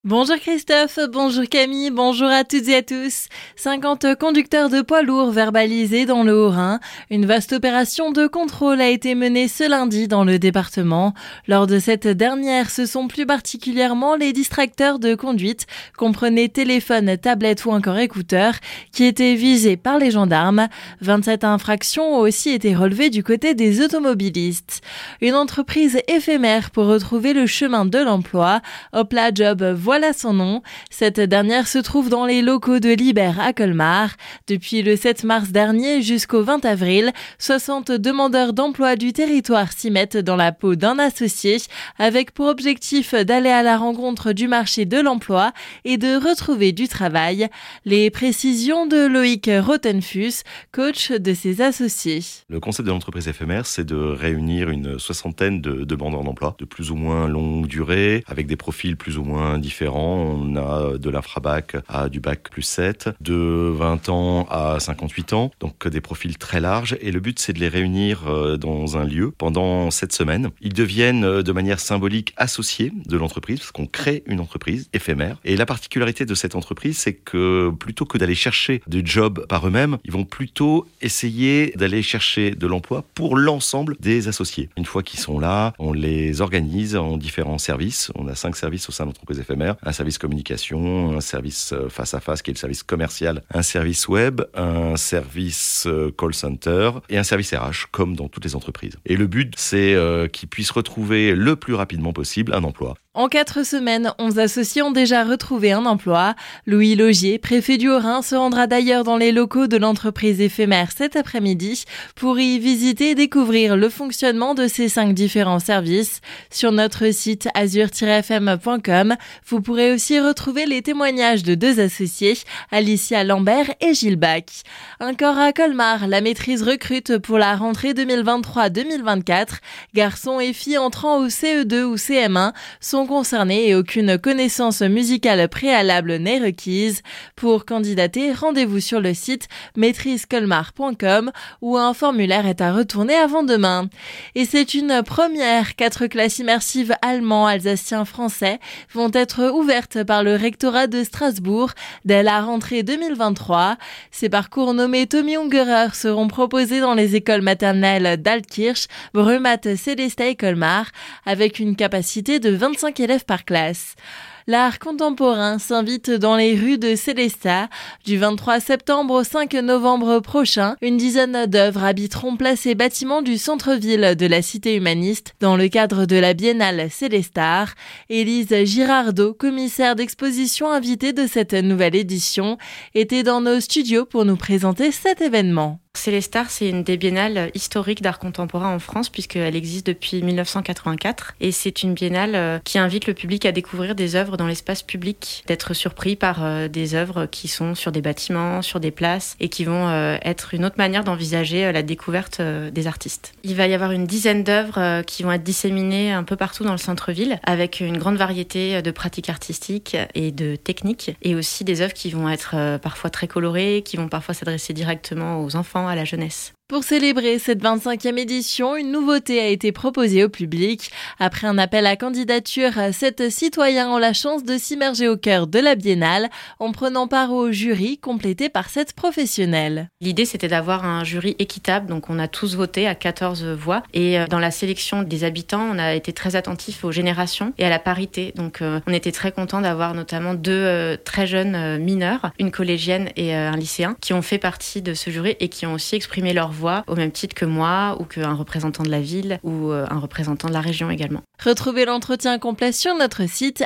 Bonjour Christophe, bonjour Camille, bonjour à toutes et à tous. 50 conducteurs de poids lourds verbalisés dans le Haut-Rhin. Une vaste opération de contrôle a été menée ce lundi dans le département. Lors de cette dernière, ce sont plus particulièrement les distracteurs de conduite, comprenez téléphone, tablette ou encore écouteurs, qui étaient visés par les gendarmes. 27 infractions ont aussi été relevées du côté des automobilistes. Une entreprise éphémère pour retrouver le chemin de l'emploi. Hopla Job, voilà son nom. Cette dernière se trouve dans les locaux de Liber à Colmar. Depuis le 7 mars dernier jusqu'au 20 avril, 60 demandeurs d'emploi du territoire s'y mettent dans la peau d'un associé, avec pour objectif d'aller à la rencontre du marché de l'emploi et de retrouver du travail. Les précisions de Loïc Rothenfuss, coach de ses associés. Le concept de l'entreprise éphémère, c'est de réunir une soixantaine de demandeurs d'emploi de plus ou moins longue durée, avec des profils plus ou moins différents. On a de l'infrabac à du bac plus 7, de 20 ans à 58 ans, donc des profils très larges. Et le but, c'est de les réunir dans un lieu pendant 7 semaines. Ils deviennent de manière symbolique associés de l'entreprise, parce qu'on crée une entreprise éphémère. Et la particularité de cette entreprise, c'est que plutôt que d'aller chercher des jobs par eux-mêmes, ils vont plutôt essayer d'aller chercher de l'emploi pour l'ensemble des associés. Une fois qu'ils sont là, on les organise en différents services. On a 5 services au sein de l'entreprise éphémère. Un service communication, un service face à face qui est le service commercial, un service web, un service call center et un service RH comme dans toutes les entreprises. Et le but, c'est qu'ils puissent retrouver le plus rapidement possible un emploi. En 4 semaines, 11 associés ont déjà retrouvé un emploi. Louis Laugier, préfet du Haut-Rhin, se rendra d'ailleurs dans les locaux de l'entreprise éphémère cet après-midi pour y visiter et découvrir le fonctionnement de ces 5 différents services. Sur notre site azur-fm.com, vous pourrez aussi retrouver les témoignages de 2 associés, Alicia Lambert et Gilles Bach. Encore à Colmar, la maîtrise recrute pour la rentrée 2023-2024. Garçons et filles entrant au CE2 ou CM1 sont concernés et aucune connaissance musicale préalable n'est requise. Pour candidater, rendez-vous sur le site maîtrisecolmar.com où un formulaire est à retourner avant demain. Et c'est une première. 4 classes immersives allemand, alsacien, français vont être ouvertes par le rectorat de Strasbourg dès la rentrée 2023. Ces parcours nommés Tommy Ungerer seront proposés dans les écoles maternelles d'Altkirch, Brumath, Célestat et Colmar avec une capacité de 25 élèves par classe. L'art contemporain s'invite dans les rues de Célestat. Du 23 septembre au 5 novembre prochain, une dizaine d'œuvres habiteront places et bâtiments du centre-ville de la cité humaniste dans le cadre de la biennale Célestar. Élise Girardot, commissaire d'exposition invitée de cette nouvelle édition, était dans nos studios pour nous présenter cet événement. Célestar, c'est une des biennales historiques d'art contemporain en France puisqu'elle existe depuis 1984 et c'est une biennale qui invite le public à découvrir des œuvres dans l'espace public, d'être surpris par des œuvres qui sont sur des bâtiments, sur des places et qui vont être une autre manière d'envisager la découverte des artistes. Il va y avoir une dizaine d'œuvres qui vont être disséminées un peu partout dans le centre-ville avec une grande variété de pratiques artistiques et de techniques et aussi des œuvres qui vont être parfois très colorées, qui vont parfois s'adresser directement aux enfants, à la jeunesse. Pour célébrer cette 25e édition, une nouveauté a été proposée au public. Après un appel à candidature, 7 citoyens ont la chance de s'immerger au cœur de la biennale en prenant part au jury complété par 7 professionnels. L'idée, c'était d'avoir un jury équitable, donc on a tous voté à 14 voix. Et dans la sélection des habitants, on a été très attentifs aux générations et à la parité. Donc on était très contents d'avoir notamment 2 très jeunes mineurs, une collégienne et un lycéen, qui ont fait partie de ce jury et qui ont aussi exprimé leur voix au même titre que moi ou qu'un représentant de la ville ou un représentant de la région également. Retrouvez l'entretien complet sur notre site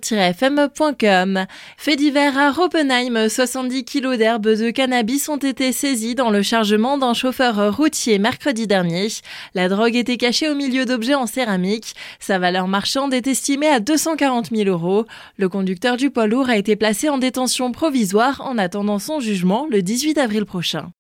azur-fm.com. Fait divers à Roppenheim, 70 kilos d'herbes de cannabis ont été saisis dans le chargement d'un chauffeur routier mercredi dernier. La drogue était cachée au milieu d'objets en céramique. Sa valeur marchande est estimée à 240 000 €. Le conducteur du poids lourd a été placé en détention provisoire en attendant son jugement le 18 avril prochain.